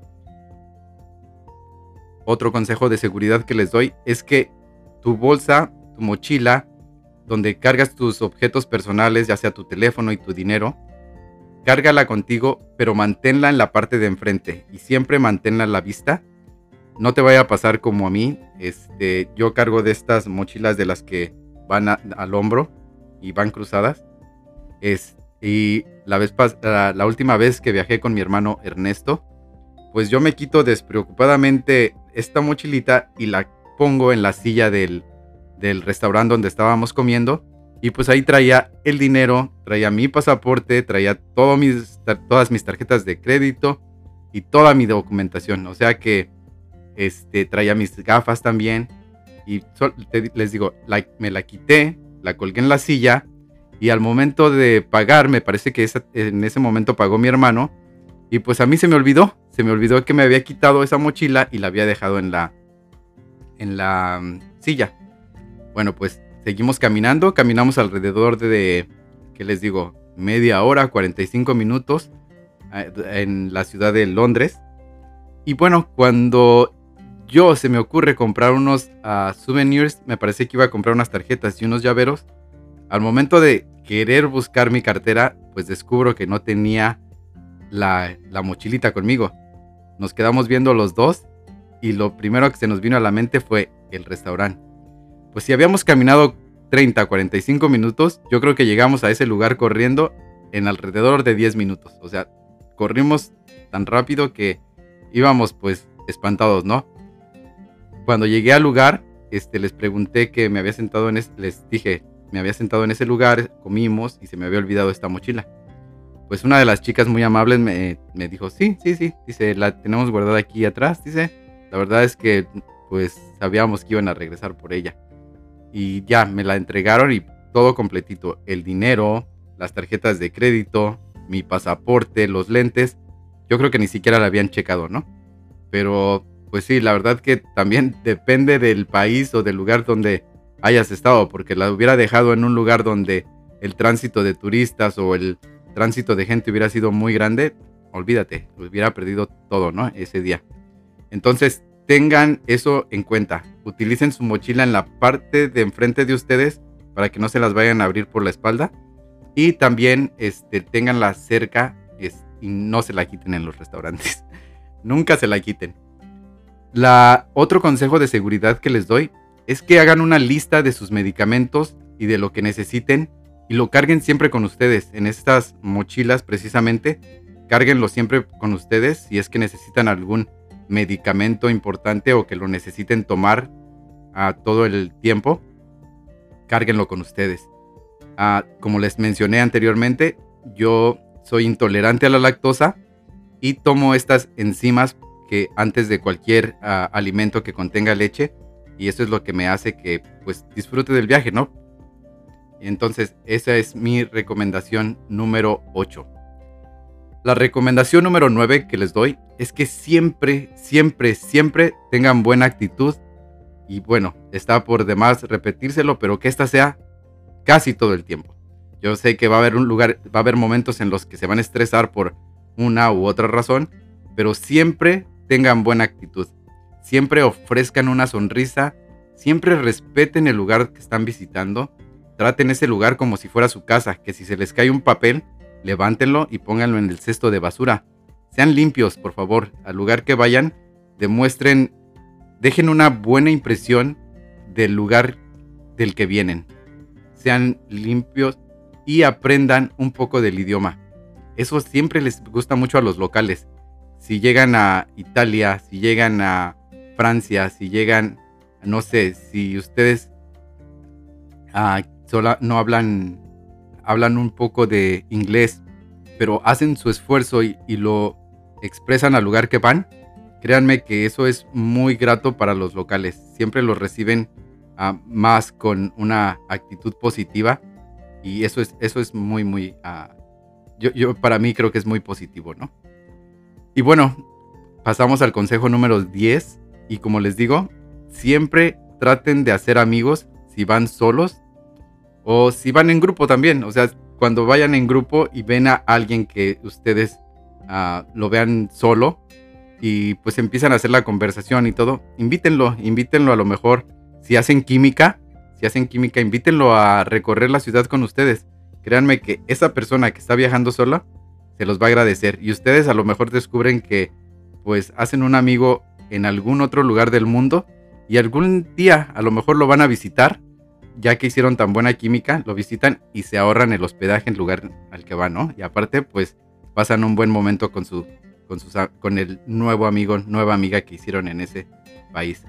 A: Otro consejo de seguridad que les doy es que tu bolsa, tu mochila, donde cargas tus objetos personales, ya sea tu teléfono y tu dinero, cárgala contigo, pero manténla en la parte de enfrente y siempre manténla a la vista. No te vaya a pasar como a mí. Este, yo cargo de estas mochilas de las que van a, al hombro y van cruzadas. Es, y la, vez pas, la, la última vez que viajé con mi hermano Ernesto, pues yo me quito despreocupadamente esta mochilita y la pongo en la silla del, del restaurante donde estábamos comiendo. Y pues ahí traía el dinero, traía mi pasaporte, traía todo mis, todas mis tarjetas de crédito y toda mi documentación. O sea que Este, traía mis gafas también y sol, te, les digo, la, me la quité, la colgué en la silla y al momento de pagar, me parece que esa, en ese momento pagó mi hermano y pues a mí se me olvidó, se me olvidó que me había quitado esa mochila y la había dejado en la, en la um, silla. Bueno, pues seguimos caminando, caminamos alrededor de, de, ¿qué les digo? Media hora, cuarenta y cinco minutos eh, en la ciudad de Londres. Y bueno, cuando yo se me ocurre comprar unos uh, souvenirs, me parece que iba a comprar unas tarjetas y unos llaveros. Al momento de querer buscar mi cartera, pues descubro que no tenía la, la mochilita conmigo. Nos quedamos viendo los dos y lo primero que se nos vino a la mente fue el restaurante. pues si habíamos caminado treinta, cuarenta y cinco minutos, yo creo que llegamos a ese lugar corriendo en alrededor de diez minutos. O sea, corrimos tan rápido que íbamos pues espantados, ¿no? Cuando llegué al lugar, este, les pregunté que me había sentado en ese, les dije, me había sentado en ese lugar, comimos y se me había olvidado esta mochila. Pues una de las chicas muy amables me, me dijo, sí, sí, sí, dice, la tenemos guardada aquí atrás, dice, la verdad es que pues sabíamos que iban a regresar por ella. Y ya, me la entregaron y todo completito, el dinero, las tarjetas de crédito, mi pasaporte, los lentes, yo creo que ni siquiera la habían checado, ¿no? Pero pues sí, la verdad que también depende del país o del lugar donde hayas estado, porque la hubiera dejado en un lugar donde el tránsito de turistas o el tránsito de gente hubiera sido muy grande, olvídate, hubiera perdido todo, ¿no? Ese día. Entonces, tengan eso en cuenta. Utilicen su mochila en la parte de enfrente de ustedes para que no se las vayan a abrir por la espalda. Y también este, tenganla cerca es, y no se la quiten en los restaurantes. Nunca se la quiten. La, otro consejo de seguridad que les doy es que hagan una lista de sus medicamentos y de lo que necesiten y lo carguen siempre con ustedes. En estas mochilas precisamente, cárguenlo siempre con ustedes si es que necesitan algún medicamento importante o que lo necesiten tomar a todo el tiempo, cárguenlo con ustedes. Ah, como les mencioné anteriormente, yo soy intolerante a la lactosa y tomo estas enzimas que antes de cualquier uh, alimento que contenga leche, y eso es lo que me hace que pues disfrute del viaje, ¿no? Entonces esa es mi recomendación número ocho. La recomendación número nueve que les doy es que siempre, siempre, siempre tengan buena actitud. Y bueno, está por demás repetírselo, pero que esta sea casi todo el tiempo. Yo sé que va a haber un lugar, va a haber momentos en los que se van a estresar por una u otra razón, pero siempre tengan buena actitud. Siempre ofrezcan una sonrisa, siempre respeten el lugar que están visitando. Traten ese lugar como si fuera su casa, que si se les cae un papel, levántenlo y pónganlo en el cesto de basura. Sean limpios, por favor. Al lugar que vayan, demuestren, dejen una buena impresión del lugar del que vienen. Sean limpios y aprendan un poco del idioma. Eso siempre les gusta mucho a los locales. Si llegan a Italia, si llegan a Francia, si llegan, no sé, si ustedes uh, solo no hablan, hablan un poco de inglés, pero hacen su esfuerzo y, y lo expresan al lugar que van, créanme que eso es muy grato para los locales. Siempre los reciben uh, más con una actitud positiva y eso es, eso es muy, muy, uh, yo, yo para mí creo que es muy positivo, ¿no? Y bueno, pasamos al consejo número diez y como les digo, siempre traten de hacer amigos si van solos o si van en grupo también. O sea, cuando vayan en grupo y ven a alguien que ustedes uh, lo vean solo y pues empiezan a hacer la conversación y todo, invítenlo, invítenlo a lo mejor. Si hacen química, si hacen química, invítenlo a recorrer la ciudad con ustedes. Créanme que esa persona que está viajando sola se los va a agradecer. Y ustedes a lo mejor descubren que pues hacen un amigo en algún otro lugar del mundo y algún día a lo mejor lo van a visitar, ya que hicieron tan buena química, lo visitan y se ahorran el hospedaje en el lugar al que van, ¿no? Y aparte pues pasan un buen momento con su con sus con el nuevo amigo, nueva amiga que hicieron en ese país.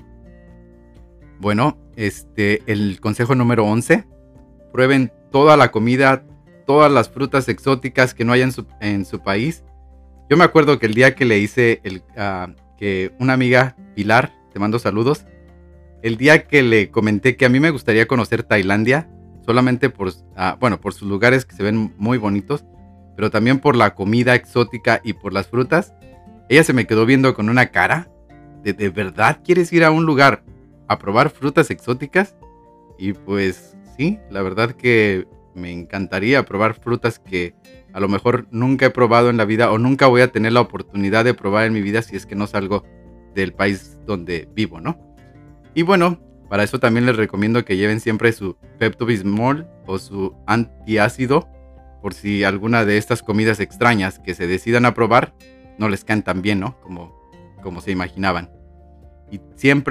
A: Bueno, este el consejo número once, prueben toda la comida, todas las frutas exóticas que no hay en su, en su país. Yo me acuerdo que el día que le hice el, uh, que una amiga, Pilar, te mando saludos, el día que le comenté que a mí me gustaría conocer Tailandia, solamente por, uh, bueno, por sus lugares que se ven muy bonitos, pero también por la comida exótica y por las frutas, ella se me quedó viendo con una cara de ¿de verdad quieres ir a un lugar a probar frutas exóticas? Y pues sí, la verdad que me encantaría probar frutas que a lo mejor nunca he probado en la vida o nunca voy a tener la oportunidad de probar en mi vida si es que no salgo del país donde vivo, ¿no? Y bueno, para eso también les recomiendo que lleven siempre su Pepto-Bismol o su antiácido por si alguna de estas comidas extrañas que se decidan a probar no les caen tan bien, ¿no? Como, como se imaginaban. Y siempre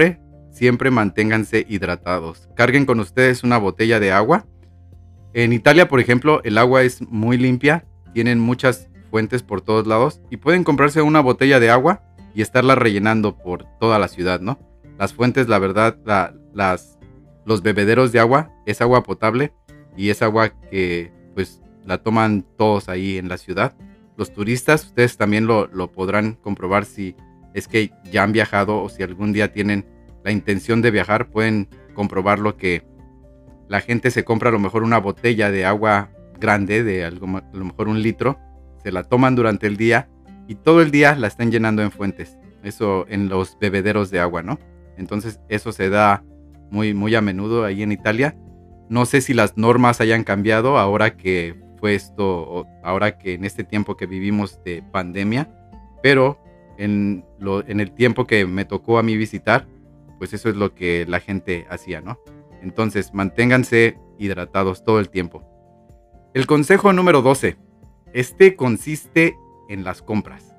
A: siempre manténganse hidratados. Carguen con ustedes una botella de agua. En Italia, por ejemplo, el agua es muy limpia, tienen muchas fuentes por todos lados y pueden comprarse una botella de agua y estarla rellenando por toda la ciudad, ¿no? Las fuentes, la verdad, la, las, los bebederos de agua es agua potable y es agua que pues la toman todos ahí en la ciudad. Los turistas, ustedes también lo, lo podrán comprobar si es que ya han viajado o si algún día tienen la intención de viajar, pueden comprobar lo que la gente se compra a lo mejor una botella de agua grande, de algo, a lo mejor un litro, se la toman durante el día y todo el día la están llenando en fuentes, eso en los bebederos de agua, ¿no? Entonces eso se da muy, muy a menudo ahí en Italia. No sé si las normas hayan cambiado ahora que fue esto, ahora que en este tiempo que vivimos de pandemia, pero en, lo, en el tiempo que me tocó a mí visitar, pues eso es lo que la gente hacía, ¿no? Entonces, manténganse hidratados todo el tiempo. El consejo número doce. Este consiste en las compras.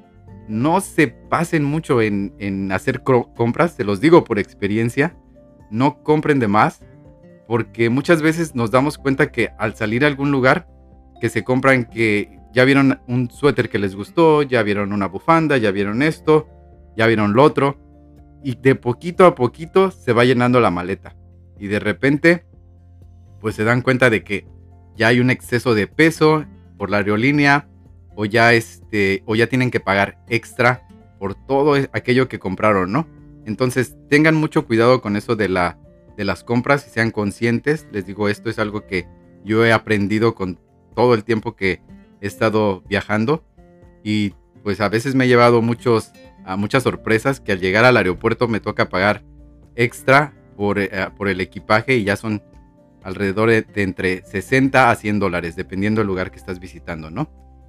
A: No se pasen mucho en, en hacer compras, se los digo por experiencia. No compren de más, porque muchas veces nos damos cuenta que al salir a algún lugar, que se compran que ya vieron un suéter que les gustó, ya vieron una bufanda, ya vieron esto, ya vieron lo otro, y de poquito a poquito se va llenando la maleta. Y de repente, pues se dan cuenta de que ya hay un exceso de peso por la aerolínea, o ya, este, o ya tienen que pagar extra por todo aquello que compraron, ¿no? Entonces, tengan mucho cuidado con eso de, la, de las compras y sean conscientes. Les digo, esto es algo que yo he aprendido con todo el tiempo que he estado viajando. Y pues a veces me he llevado muchos, a muchas sorpresas que al llegar al aeropuerto me toca pagar extra por, eh, por el equipaje y ya son alrededor de, de entre sesenta a cien dólares, dependiendo del lugar que estás visitando, ¿no?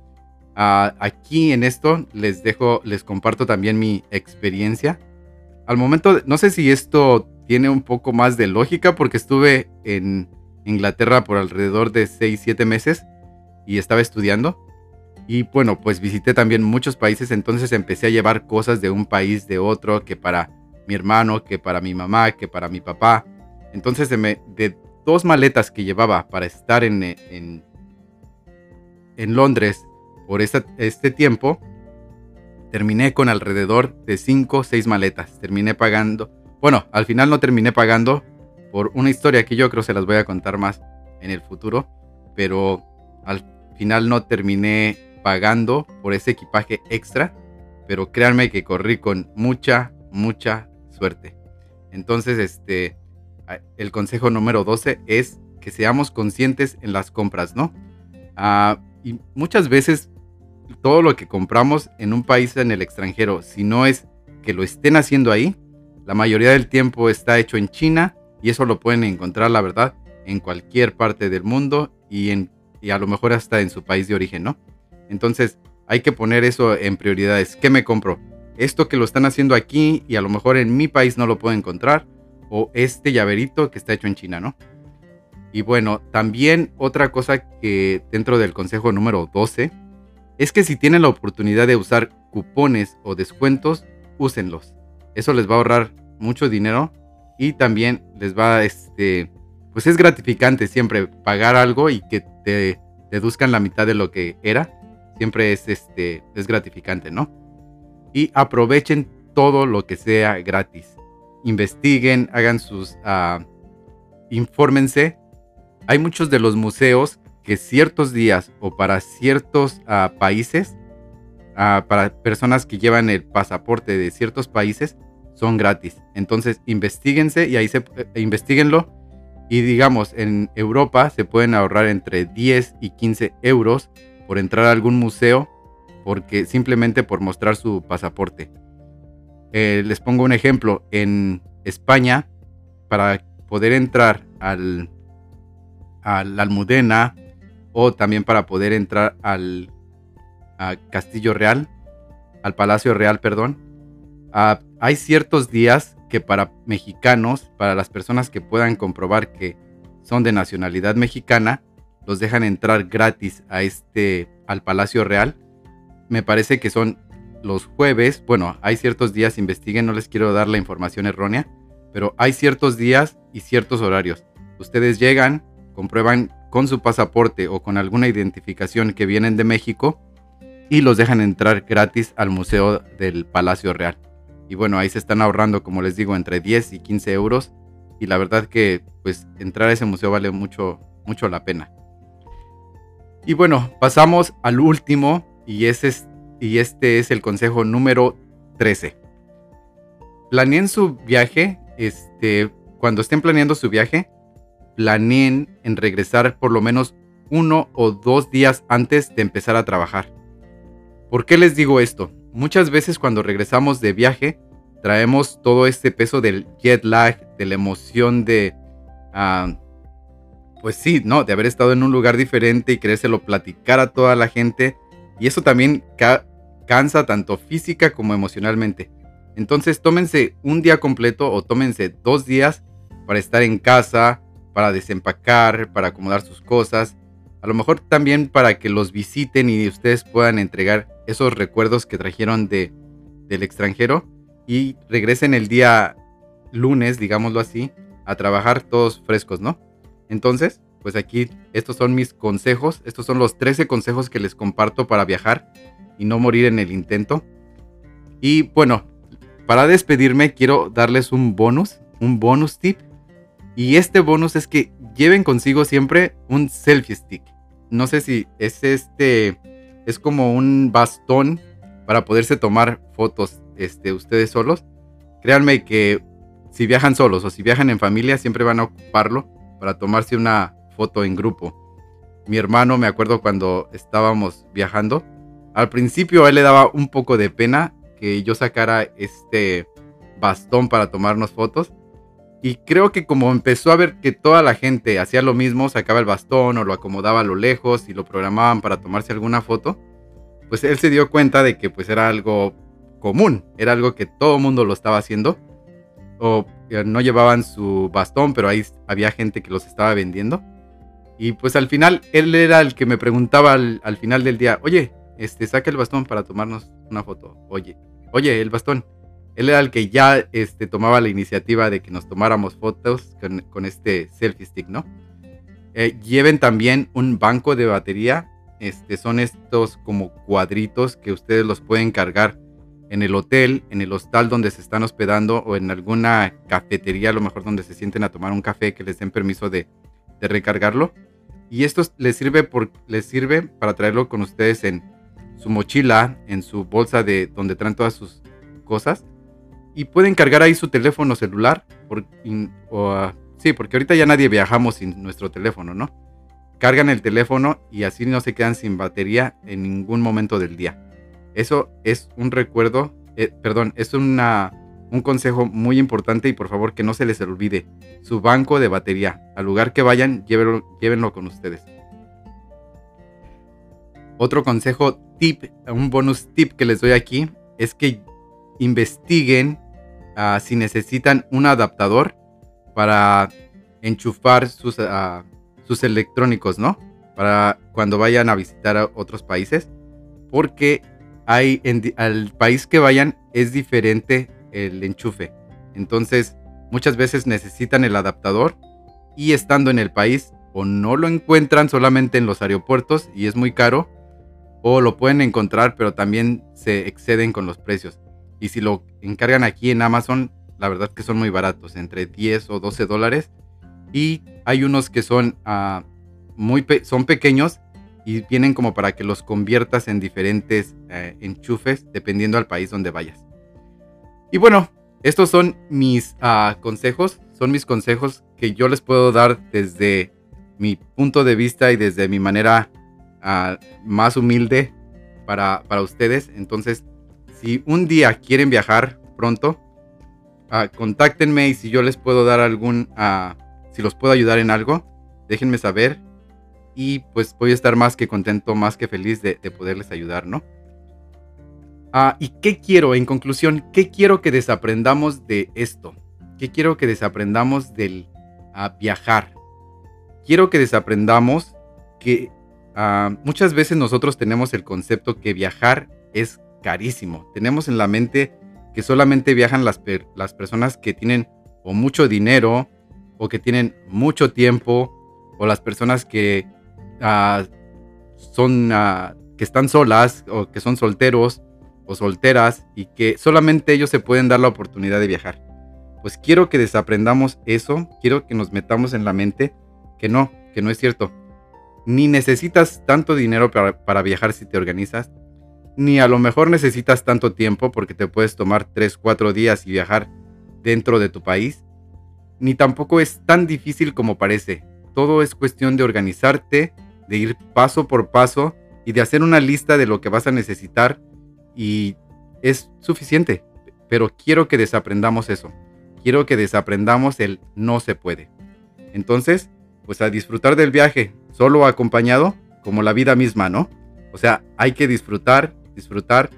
A: Uh, aquí en esto les dejo, les comparto también mi experiencia. Al momento, de, no sé si esto tiene un poco más de lógica porque estuve en Inglaterra por alrededor de seis siete meses y estaba estudiando. Y bueno, pues visité también muchos países, entonces empecé a llevar cosas de un país de otro, que para mi hermano, que para mi mamá, que para mi papá. Entonces de, me, de dos maletas que llevaba para estar en, en, en Londres por esta, este tiempo, terminé con alrededor de cinco o seis maletas. Terminé pagando, bueno, al final no terminé pagando por una historia que yo creo se las voy a contar más en el futuro, pero al final no terminé pagando por ese equipaje extra, pero créanme que corrí con mucha, mucha suerte. Entonces, este, el consejo número doce es que seamos conscientes en las compras, ¿no? Uh, y muchas veces todo lo que compramos en un país en el extranjero, si no es que lo estén haciendo ahí, la mayoría del tiempo está hecho en China y eso lo pueden encontrar, la verdad, en cualquier parte del mundo y, en, y a lo mejor hasta en su país de origen, ¿no? Entonces hay que poner eso en prioridades. ¿Qué me compro? Esto que lo están haciendo aquí y a lo mejor en mi país no lo puedo encontrar, o este llaverito que está hecho en China, ¿no? Y bueno, también otra cosa que dentro del consejo número doce es que si tienen la oportunidad de usar cupones o descuentos, úsenlos. Eso les va a ahorrar mucho dinero y también les va, este, pues es gratificante siempre pagar algo y que te deduzcan la mitad de lo que era. Siempre es, este, es gratificante, ¿no? Y aprovechen todo lo que sea gratis. Investiguen, hagan sus, uh, infórmense. Hay muchos de los museos que ciertos días o para ciertos uh, países, uh, para personas que llevan el pasaporte de ciertos países, son gratis. Entonces, investiguense y ahí se, eh, investiguenlo. Y digamos, en Europa se pueden ahorrar entre diez y quince euros por entrar a algún museo, porque simplemente por mostrar su pasaporte. Eh, les pongo un ejemplo. En España, para poder entrar al, a la Almudena o también para poder entrar al a Castillo Real, al Palacio Real, perdón, uh, hay ciertos días que para mexicanos, para las personas que puedan comprobar que son de nacionalidad mexicana, los dejan entrar gratis a este, al Palacio Real. Me parece que son los jueves. Bueno, hay ciertos días, investiguen, no les quiero dar la información errónea, pero hay ciertos días y ciertos horarios. Ustedes llegan, comprueban con su pasaporte o con alguna identificación que vienen de México y los dejan entrar gratis al Museo del Palacio Real. Y bueno, ahí se están ahorrando, como les digo, entre diez y quince euros. Y la verdad que pues entrar a ese museo vale mucho, mucho la pena. Y bueno, pasamos al último y, ese es, y este es el consejo número trece. Planeen su viaje, este, cuando estén planeando su viaje, planeen en regresar por lo menos uno o dos días antes de empezar a trabajar. ¿Por qué les digo esto? Muchas veces cuando regresamos de viaje, traemos todo este peso del jet lag, de la emoción de, uh, pues sí, ¿no? De haber estado en un lugar diferente y querérselo platicar a toda la gente. Y eso también ca- cansa tanto física como emocionalmente. Entonces tómense un día completo o tómense dos días para estar en casa, para desempacar, para acomodar sus cosas. A lo mejor también para que los visiten y ustedes puedan entregar esos recuerdos que trajeron de, del extranjero y regresen el día lunes, digámoslo así, a trabajar todos frescos, ¿no? Entonces, pues aquí estos son mis consejos, estos son los trece consejos que les comparto para viajar y no morir en el intento. Y bueno, para despedirme quiero darles un bonus, un bonus tip. Y este bonus es que lleven consigo siempre un selfie stick. No sé si es este, es como un bastón para poderse tomar fotos este, ustedes solos. Créanme que si viajan solos o si viajan en familia siempre van a ocuparlo para tomarse una foto en grupo. Mi hermano, me acuerdo cuando estábamos viajando, al principio a él le daba un poco de pena que yo sacara este bastón para tomarnos fotos. Y creo que como empezó a ver que toda la gente hacía lo mismo, sacaba el bastón o lo acomodaba a lo lejos y lo programaban para tomarse alguna foto, pues él se dio cuenta de que pues era algo común, era algo que todo el mundo lo estaba haciendo. O no llevaban su bastón, pero ahí había gente que los estaba vendiendo. Y pues al final, él era el que me preguntaba al, al final del día, oye, este, saca el bastón para tomarnos una foto. Oye, oye, el bastón. Él era el que ya este, tomaba la iniciativa de que nos tomáramos fotos con, con este selfie stick, ¿no? Eh, lleven también un banco de batería. Este, son estos como cuadritos que ustedes los pueden cargar en el hotel, en el hostal donde se están hospedando o en alguna cafetería, a lo mejor donde se sienten a tomar un café, que les den permiso de, de recargarlo. Y esto les sirve, por, les sirve para traerlo con ustedes en su mochila, en su bolsa de donde traen todas sus cosas. Y pueden cargar ahí su teléfono celular. Por, o, uh, sí, porque ahorita ya nadie viajamos sin nuestro teléfono, ¿no? Cargan el teléfono y así no se quedan sin batería en ningún momento del día. Eso es un recuerdo, eh, perdón, es una, un consejo muy importante y por favor que no se les olvide. Su banco de batería. Al lugar que vayan, llévenlo, llévenlo con ustedes. Otro consejo, tip, un bonus tip que les doy aquí es que investiguen uh, si necesitan un adaptador para enchufar sus, uh, sus electrónicos, ¿no? Para cuando vayan a visitar a otros países. Porque hay en, al país que vayan es diferente el enchufe. Entonces, muchas veces necesitan el adaptador y estando en el país o no lo encuentran solamente en los aeropuertos y es muy caro, o lo pueden encontrar pero también se exceden con los precios. Y si lo encargan aquí en Amazon, la verdad que son muy baratos, entre diez o doce dólares. Y hay unos que son, uh, muy pe- son pequeños y vienen como para que los conviertas en diferentes uh, enchufes dependiendo al país donde vayas. Y bueno, estos son mis uh, consejos, son mis consejos que yo les puedo dar desde mi punto de vista y desde mi manera uh, más humilde para, para ustedes. Entonces, si un día quieren viajar pronto, uh, contáctenme y si yo les puedo dar algún, uh, si los puedo ayudar en algo, déjenme saber y pues voy a estar más que contento, más que feliz de, de poderles ayudar, ¿no? Uh, ¿Y qué quiero, en conclusión, qué quiero que desaprendamos de esto? ¿Qué quiero que desaprendamos del uh, viajar? Quiero que desaprendamos que uh, muchas veces nosotros tenemos el concepto que viajar es carísimo. Tenemos en la mente que solamente viajan las, per- las personas que tienen o mucho dinero o que tienen mucho tiempo o las personas que uh, son uh, que están solas o que son solteros o solteras y que solamente ellos se pueden dar la oportunidad de viajar. Pues quiero que desaprendamos eso, quiero que nos metamos en la mente que no, que no es cierto. Ni necesitas tanto dinero para, para viajar si te organizas, ni a lo mejor necesitas tanto tiempo porque te puedes tomar tres, cuatro días y viajar dentro de tu país, ni tampoco es tan difícil como parece. Todo es cuestión de organizarte, de ir paso por paso y de hacer una lista de lo que vas a necesitar y es suficiente. Pero quiero que desaprendamos eso. Quiero que desaprendamos el no se puede. Entonces, pues a disfrutar del viaje, solo o acompañado, como la vida misma, ¿no? O sea, hay que disfrutar, disfrutar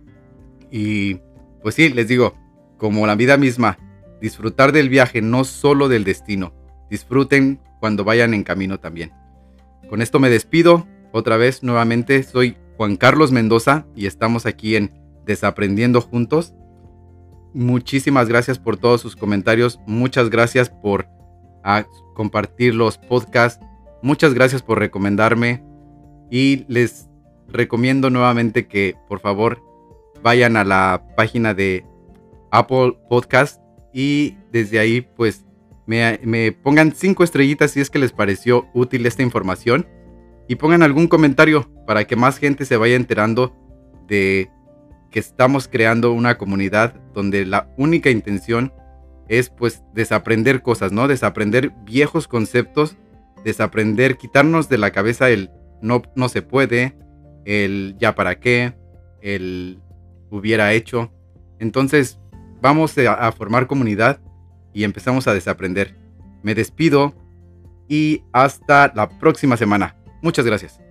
A: y pues sí, les digo, como la vida misma, disfrutar del viaje, no solo del destino. Disfruten cuando vayan en camino también. Con esto me despido. Otra vez, nuevamente, soy Juan Carlos Mendoza y estamos aquí en Desaprendiendo Juntos. Muchísimas gracias por todos sus comentarios. Muchas gracias por a, compartir los podcasts. Muchas gracias por recomendarme. Y les recomiendo nuevamente que, por favor, vayan a la página de Apple Podcast y desde ahí, pues, me, me pongan cinco estrellitas si es que les pareció útil esta información. Y pongan algún comentario para que más gente se vaya enterando de que estamos creando una comunidad donde la única intención es pues desaprender cosas, ¿no? Desaprender viejos conceptos, desaprender, quitarnos de la cabeza el no, no se puede, el ya para qué, el hubiera hecho. Entonces vamos a, a formar comunidad y empezamos a desaprender. Me despido y hasta la próxima semana. Muchas gracias.